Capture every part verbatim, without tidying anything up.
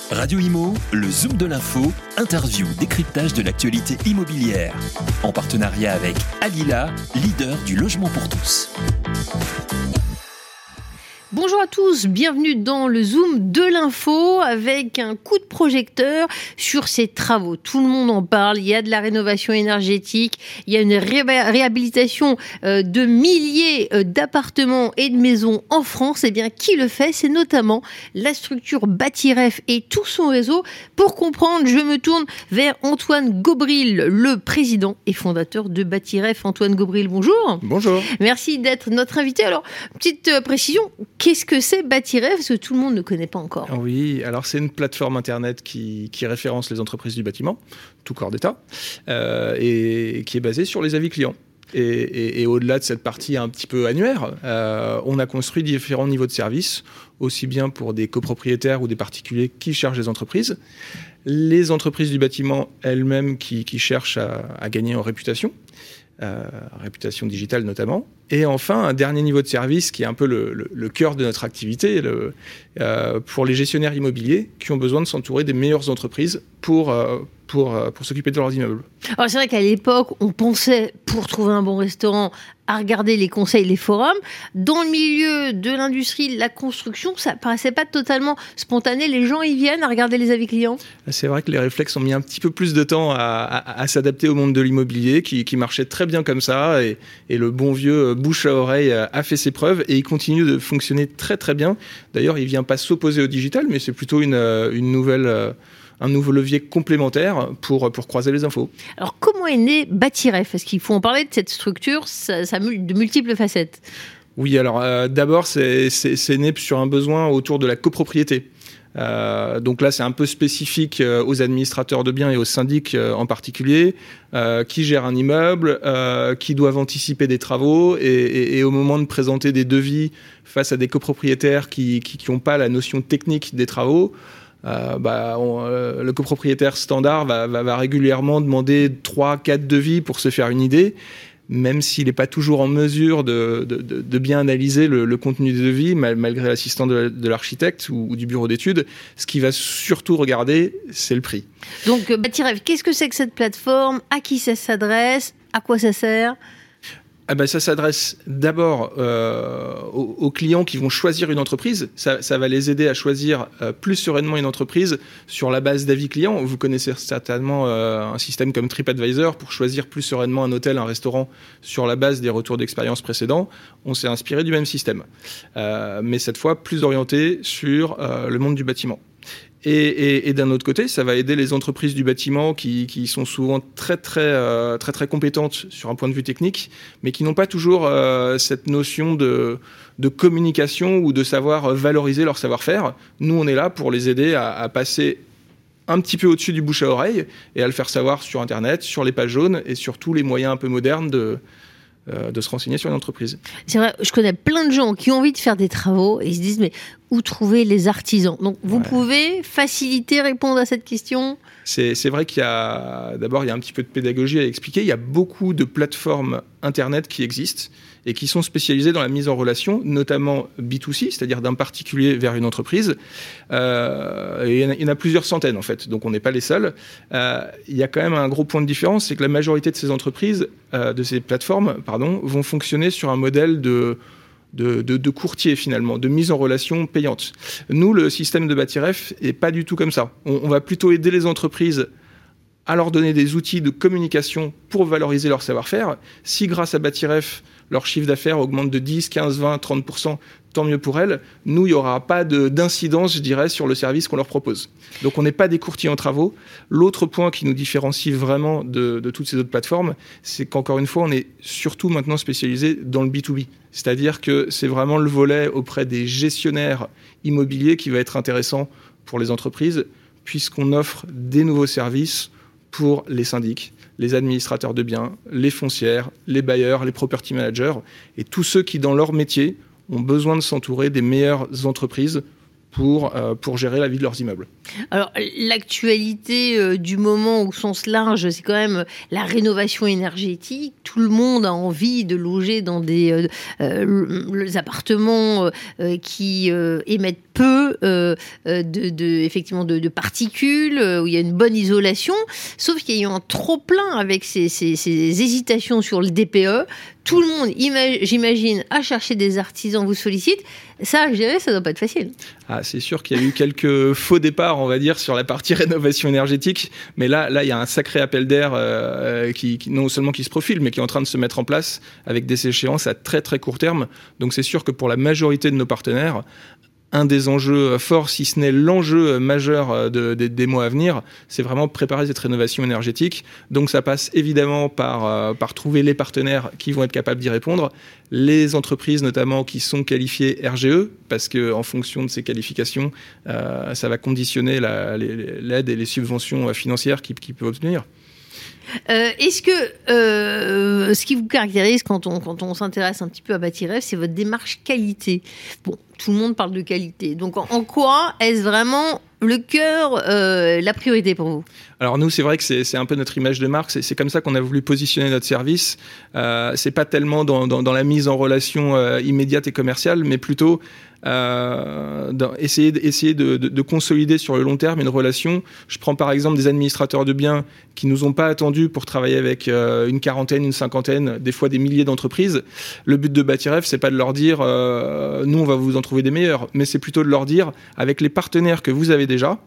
Radio Imo, le Zoom de l'info, interview, décryptage de l'actualité immobilière. En partenariat avec Alila, leader du logement pour tous. Bonjour à tous, bienvenue dans le Zoom de l'info avec un coup de projecteur sur ces travaux. Tout le monde en parle, il y a de la rénovation énergétique, il y a une ré- réhabilitation euh, de milliers euh, d'appartements et de maisons en France. Et bien, qui le fait ? C'est notamment la structure Bâtiref et tout son réseau. Pour comprendre, je me tourne vers Antoine Gobril, le président et fondateur de Bâtiref. Antoine Gobril, bonjour. Bonjour. Merci d'être notre invité. Alors, petite euh, précision, qu'est-ce que c'est Bâtiref ? Parce que tout le monde ne connaît pas encore. Oui, alors c'est une plateforme internet qui, qui référence les entreprises du bâtiment, tout corps d'État, euh, et qui est basée sur les avis clients. Et, et, et au-delà de cette partie un petit peu annuaire, euh, on a construit différents niveaux de services, aussi bien pour des copropriétaires ou des particuliers qui cherchent des entreprises, les entreprises du bâtiment elles-mêmes qui, qui cherchent à, à gagner en réputation, Euh, réputation digitale notamment. Et enfin, un dernier niveau de service qui est un peu le, le, le cœur de notre activité, le, euh, pour les gestionnaires immobiliers qui ont besoin de s'entourer des meilleures entreprises pour, euh, pour, euh, pour s'occuper de leurs immeubles. Alors c'est vrai qu'à l'époque, on pensait, pour trouver un bon restaurant, à regarder les conseils, les forums. Dans le milieu de l'industrie, de la construction, ça paraissait pas totalement spontané. Les gens y viennent à regarder les avis clients. C'est vrai que les réflexes ont mis un petit peu plus de temps à, à, à s'adapter au monde de l'immobilier, qui, qui marchait très bien comme ça, et, et le bon vieux bouche à oreille a fait ses preuves, et il continue de fonctionner très très bien. D'ailleurs, il vient pas s'opposer au digital, mais c'est plutôt une, une nouvelle... un nouveau levier complémentaire pour, pour croiser les infos. Alors, comment est né Bâtiref ? Parce qu'il faut en parler de cette structure, ça, ça a de multiples facettes. Oui, alors euh, d'abord, c'est, c'est, c'est né sur un besoin autour de la copropriété. Euh, donc là, c'est un peu spécifique euh, aux administrateurs de biens et aux syndics euh, en particulier, euh, qui gèrent un immeuble, euh, qui doivent anticiper des travaux, et, et, et au moment de présenter des devis face à des copropriétaires qui qui n'ont pas la notion technique des travaux, Euh, bah, on, euh, le copropriétaire standard va, va, va régulièrement demander trois quatre devis pour se faire une idée, même s'il n'est pas toujours en mesure de, de, de, de bien analyser le, le contenu des devis, mal, malgré l'assistant de, de l'architecte ou, ou du bureau d'études. Ce qu'il va surtout regarder, c'est le prix. Donc, Bâtiref, qu'est-ce que c'est que cette plateforme ? À qui ça s'adresse ? À quoi ça sert ? Ah ben ça s'adresse d'abord euh, aux, aux clients qui vont choisir une entreprise. Ça, ça va les aider à choisir euh, plus sereinement une entreprise sur la base d'avis clients. Vous connaissez certainement euh, un système comme TripAdvisor pour choisir plus sereinement un hôtel, un restaurant sur la base des retours d'expérience précédents. On s'est inspiré du même système, euh, mais cette fois plus orienté sur euh, le monde du bâtiment. Et, et, et d'un autre côté, ça va aider les entreprises du bâtiment qui, qui sont souvent très très, euh, très très compétentes sur un point de vue technique, mais qui n'ont pas toujours euh, cette notion de, de communication ou de savoir valoriser leur savoir-faire. Nous, on est là pour les aider à, à passer un petit peu au-dessus du bouche à oreille et à le faire savoir sur Internet, sur les pages jaunes et sur tous les moyens un peu modernes de... de se renseigner sur une entreprise. C'est vrai, je connais plein de gens qui ont envie de faire des travaux et ils se disent mais où trouver les artisans ? Donc vous ouais. pouvez faciliter, répondre à cette question ? C'est, c'est vrai qu'il y a d'abord il y a un petit peu de pédagogie à expliquer. Il y a beaucoup de plateformes internet qui existent et qui sont spécialisées dans la mise en relation, notamment B deux C, c'est-à-dire d'un particulier vers une entreprise. Euh, et il y en a, il y en a plusieurs centaines en fait, donc on n'est pas les seuls. Euh, il y a quand même un gros point de différence, c'est que la majorité de ces entreprises, euh, de ces plateformes, pardon, vont fonctionner sur un modèle de De, de, de courtier finalement, de mise en relation payante. Nous, le système de Bâtiref est pas du tout comme ça. On, on va plutôt aider les entreprises à leur donner des outils de communication pour valoriser leur savoir-faire. Si grâce à Bâtiref, leur chiffre d'affaires augmente de dix, quinze, vingt, trente pour cent, tant mieux pour elles. Nous, il n'y aura pas de, d'incidence, je dirais, sur le service qu'on leur propose. Donc, on n'est pas des courtiers en travaux. L'autre point qui nous différencie vraiment de, de toutes ces autres plateformes, c'est qu'encore une fois, on est surtout maintenant spécialisé dans le B deux B. C'est-à-dire que c'est vraiment le volet auprès des gestionnaires immobiliers qui va être intéressant pour les entreprises, puisqu'on offre des nouveaux services pour les syndics, les administrateurs de biens, les foncières, les bailleurs, les property managers, et tous ceux qui, dans leur métier, ont besoin de s'entourer des meilleures entreprises pour, euh, pour gérer la vie de leurs immeubles. Alors, l'actualité euh, du moment au sens large, c'est quand même la rénovation énergétique. Tout le monde a envie de loger dans des euh, euh, les appartements euh, qui euh, émettent peu euh, de, de, effectivement de, de particules, où il y a une bonne isolation. Sauf qu'il y a eu un trop-plein avec ces, ces, ces hésitations sur le D P E. Tout le monde, j'imagine, à chercher des artisans vous sollicite. Ça, à gérer, ça doit pas être facile. Ah, c'est sûr qu'il y a eu quelques faux départs, on va dire, sur la partie rénovation énergétique. Mais là, là, il y a un sacré appel d'air euh, qui, qui, non seulement qui se profile, mais qui est en train de se mettre en place avec des échéances à très très court terme. Donc c'est sûr que pour la majorité de nos partenaires, un des enjeux forts, si ce n'est l'enjeu majeur de, de, des mois à venir, c'est vraiment préparer cette rénovation énergétique. Donc ça passe évidemment par, euh, par trouver les partenaires qui vont être capables d'y répondre, les entreprises notamment qui sont qualifiées R G E, parce qu'en fonction de ces qualifications, euh, ça va conditionner la, les, l'aide et les subventions financières qu'ils, qu'ils peuvent obtenir. Euh, est-ce que euh, ce qui vous caractérise quand on, quand on s'intéresse un petit peu à Bâti-Rêve, c'est votre démarche qualité? Bon, tout le monde parle de qualité. Donc en, en quoi est-ce vraiment le cœur, euh, la priorité pour vous? Alors nous, c'est vrai que c'est, c'est un peu notre image de marque. C'est, c'est comme ça qu'on a voulu positionner notre service. Euh, c'est pas tellement dans, dans, dans la mise en relation euh, immédiate et commerciale, mais plutôt euh, dans, essayer, essayer de, de, de consolider sur le long terme une relation. Je prends par exemple des administrateurs de biens qui nous ont pas attendus pour travailler avec euh, une quarantaine, une cinquantaine, des fois des milliers d'entreprises. Le but de Bâti-Rêve, c'est pas de leur dire euh, nous on va vous en trouver des meilleurs, mais c'est plutôt de leur dire avec les partenaires que vous avez déjà,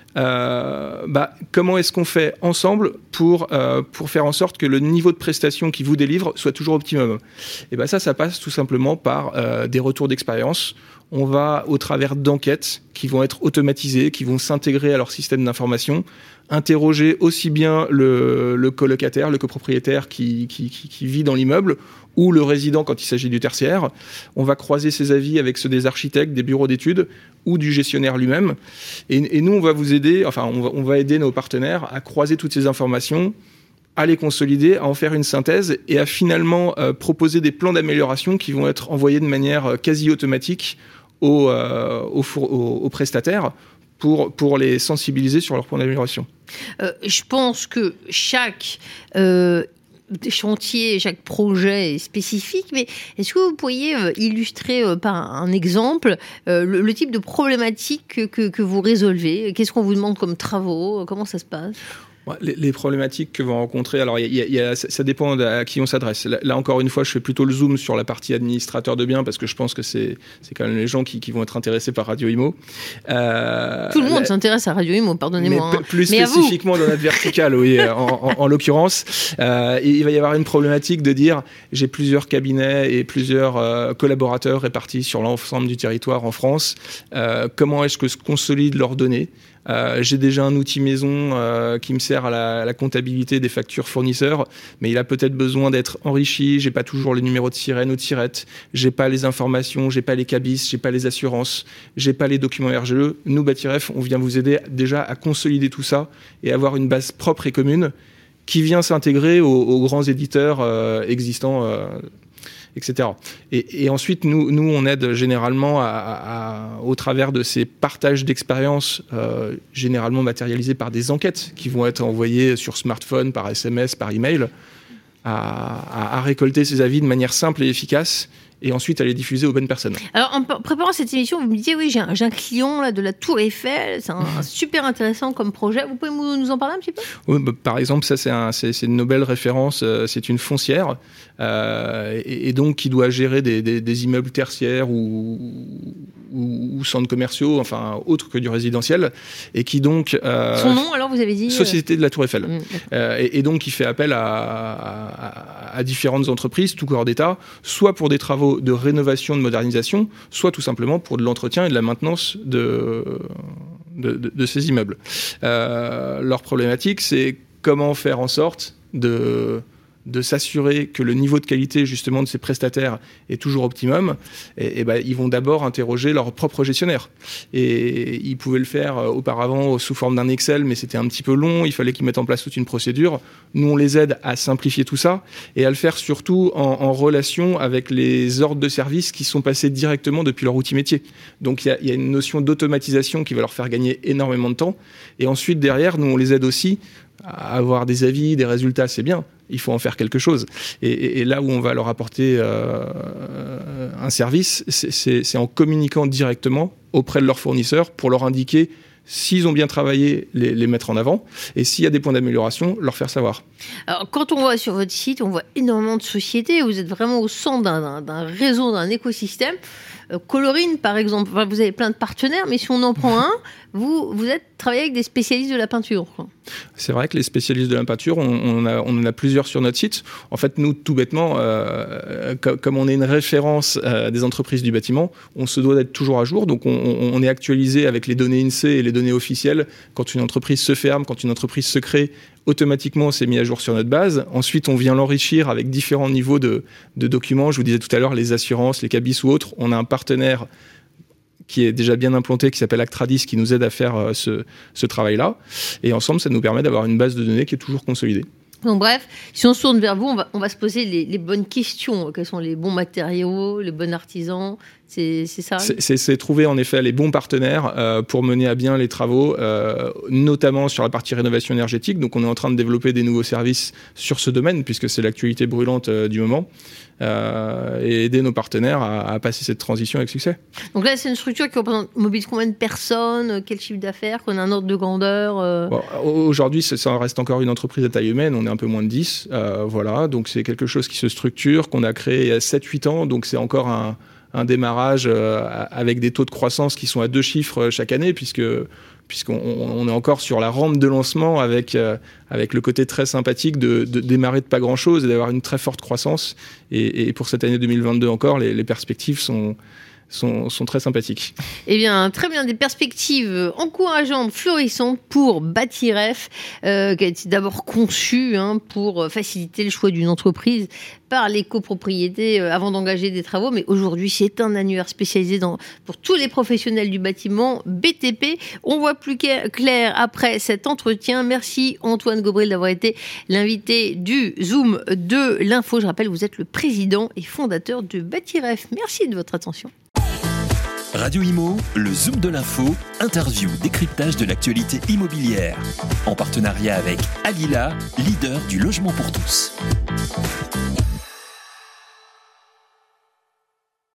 Euh, bah, comment est-ce qu'on fait ensemble pour, euh, pour faire en sorte que le niveau de prestation qui vous délivre soit toujours optimum. Et bah ça, ça passe tout simplement par euh, des retours d'expérience. On va, au travers d'enquêtes qui vont être automatisées, qui vont s'intégrer à leur système d'information, interroger aussi bien le, le colocataire, le copropriétaire qui, qui, qui, qui vit dans l'immeuble, ou le résident quand il s'agit du tertiaire. On va croiser ses avis avec ceux des architectes, des bureaux d'études ou du gestionnaire lui-même. Et, et nous, on va vous aider, enfin, on va, on va aider nos partenaires à croiser toutes ces informations, à les consolider, à en faire une synthèse et à finalement euh, proposer des plans d'amélioration qui vont être envoyés de manière quasi automatique aux, euh, aux, aux, aux prestataires pour, pour les sensibiliser sur leurs plans d'amélioration. Euh, je pense que chaque euh, chantier, chaque projet est spécifique, mais est-ce que vous pourriez euh, illustrer euh, par un exemple euh, le, le type de problématique que, que, que vous résolvez? Qu'est-ce qu'on vous demande comme travaux? Comment ça se passe? Les, les problématiques que vous rencontrez, alors y a, y a, y a, ça dépend à qui on s'adresse. Là, là, encore une fois, je fais plutôt le zoom sur la partie administrateur de biens parce que je pense que c'est, c'est quand même les gens qui, qui vont être intéressés par Radio Imo. Euh, Tout le monde la... s'intéresse à Radio Imo, pardonnez-moi. Mais p- plus mais spécifiquement dans notre verticale, oui, en, en, en l'occurrence. Euh, il va y avoir une problématique de dire j'ai plusieurs cabinets et plusieurs euh, collaborateurs répartis sur l'ensemble du territoire en France. Euh, comment est-ce que se consolident leurs données? Euh, j'ai déjà un outil maison euh, qui me sert à la, à la comptabilité des factures fournisseurs, mais il a peut-être besoin d'être enrichi. J'ai pas toujours les numéros de sirène ou de sirette. J'ai pas les informations, j'ai pas les cabis, j'ai pas les assurances, j'ai pas les documents R G E. Nous, Bâti-Rêve, on vient vous aider déjà à consolider tout ça et avoir une base propre et commune qui vient s'intégrer aux, aux grands éditeurs euh, existants. Euh, et cetera. Et, et ensuite, nous, nous, on aide généralement à, à, au travers de ces partages d'expériences, euh, généralement matérialisés par des enquêtes qui vont être envoyées sur smartphone, par S M S, par email, à, à, à récolter ces avis de manière simple et efficace. Et ensuite à les diffuser aux bonnes personnes. Alors, en préparant cette émission, vous me disiez, oui, j'ai un, j'ai un client là, de la Tour Eiffel, c'est un, un super intéressant comme projet. Vous pouvez nous en parler un petit peu? Oui, bah, par exemple, ça, c'est, un, c'est, c'est une Nobel référence, euh, c'est une foncière, euh, et, et donc qui doit gérer des, des, des immeubles tertiaires ou, ou, ou centres commerciaux, enfin, autres que du résidentiel, et qui donc... Euh, Son nom, alors, vous avez dit Société de la Tour Eiffel. Mmh, euh, et, et donc, qui fait appel à, à, à différentes entreprises, tout corps d'État, soit pour des travaux de rénovation, de modernisation, soit tout simplement pour de l'entretien et de la maintenance de, de, de, de ces immeubles. Euh, leur problématique, c'est comment faire en sorte de... de s'assurer que le niveau de qualité justement de ces prestataires est toujours optimum, et, et ben, ils vont d'abord interroger leur propre gestionnaire. Et ils pouvaient le faire auparavant sous forme d'un Excel, mais c'était un petit peu long, il fallait qu'ils mettent en place toute une procédure. Nous, on les aide à simplifier tout ça, et à le faire surtout en, en relation avec les ordres de service qui sont passés directement depuis leur outil métier. Donc il y a, y a une notion d'automatisation qui va leur faire gagner énormément de temps, et ensuite derrière, nous on les aide aussi à avoir des avis, des résultats, c'est bien, il faut en faire quelque chose. Et, et, et là où on va leur apporter euh, un service, c'est, c'est, c'est en communiquant directement auprès de leurs fournisseurs pour leur indiquer s'ils ont bien travaillé, les, les mettre en avant, et s'il y a des points d'amélioration, leur faire savoir. Alors, quand on voit sur votre site, on voit énormément de sociétés, vous êtes vraiment au centre d'un, d'un, d'un réseau, d'un écosystème. Euh, Colorine, par exemple, enfin, vous avez plein de partenaires, mais si on en prend un, vous, vous êtes travaillé avec des spécialistes de la peinture, quoi. C'est vrai que les spécialistes de la peinture, on, on, a, on en a plusieurs sur notre site. En fait, nous, tout bêtement, euh, comme, comme on est une référence euh, des entreprises du bâtiment, on se doit d'être toujours à jour. Donc, on, on est actualisé avec les données INSEE et les données officielles. Quand une entreprise se ferme, quand une entreprise se crée, automatiquement, c'est mis à jour sur notre base. Ensuite, on vient l'enrichir avec différents niveaux de, de documents. Je vous disais tout à l'heure, les assurances, les cabis ou autres. On a un partenaire qui est déjà bien implanté, qui s'appelle Actradis, qui nous aide à faire euh, ce, ce travail-là. Et ensemble, ça nous permet d'avoir une base de données qui est toujours consolidée. Donc bref, si on se tourne vers vous, on va, on va se poser les, les bonnes questions. Quels sont les bons matériaux, les bons artisans? C'est, c'est ça c'est, c'est, c'est trouver en effet les bons partenaires euh, pour mener à bien les travaux, euh, notamment sur la partie rénovation énergétique. Donc on est en train de développer des nouveaux services sur ce domaine, puisque c'est l'actualité brûlante euh, du moment. Euh, et aider nos partenaires à, à passer cette transition avec succès. Donc là, c'est une structure qui représente, mobilise combien de personnes, quel chiffre d'affaires, qu'on a un ordre de grandeur euh... bon, aujourd'hui, ça reste encore une entreprise à taille humaine, on est un peu moins de dix, euh, voilà, donc c'est quelque chose qui se structure, qu'on a créé il y a sept huit ans, donc c'est encore un, un démarrage euh, avec des taux de croissance qui sont à deux chiffres chaque année, puisque puisqu'on on est encore sur la rampe de lancement avec, euh, avec le côté très sympathique de, de démarrer de pas grand-chose et d'avoir une très forte croissance. Et, et pour cette année deux mille vingt-deux encore, les, les perspectives sont... Sont, sont très sympathiques. Eh bien, très bien, des perspectives encourageantes, florissantes pour Batiref, euh, qui a été d'abord conçu hein, pour faciliter le choix d'une entreprise par les copropriétés euh, avant d'engager des travaux. Mais aujourd'hui, c'est un annuaire spécialisé dans, pour tous les professionnels du bâtiment B T P. On voit plus clair après cet entretien. Merci Antoine Gobril d'avoir été l'invité du Zoom de l'info. Je rappelle, vous êtes le président et fondateur de Batiref. Merci de votre attention. Radio Imo, le Zoom de l'info, interview, décryptage de l'actualité immobilière. En partenariat avec Alila, leader du logement pour tous.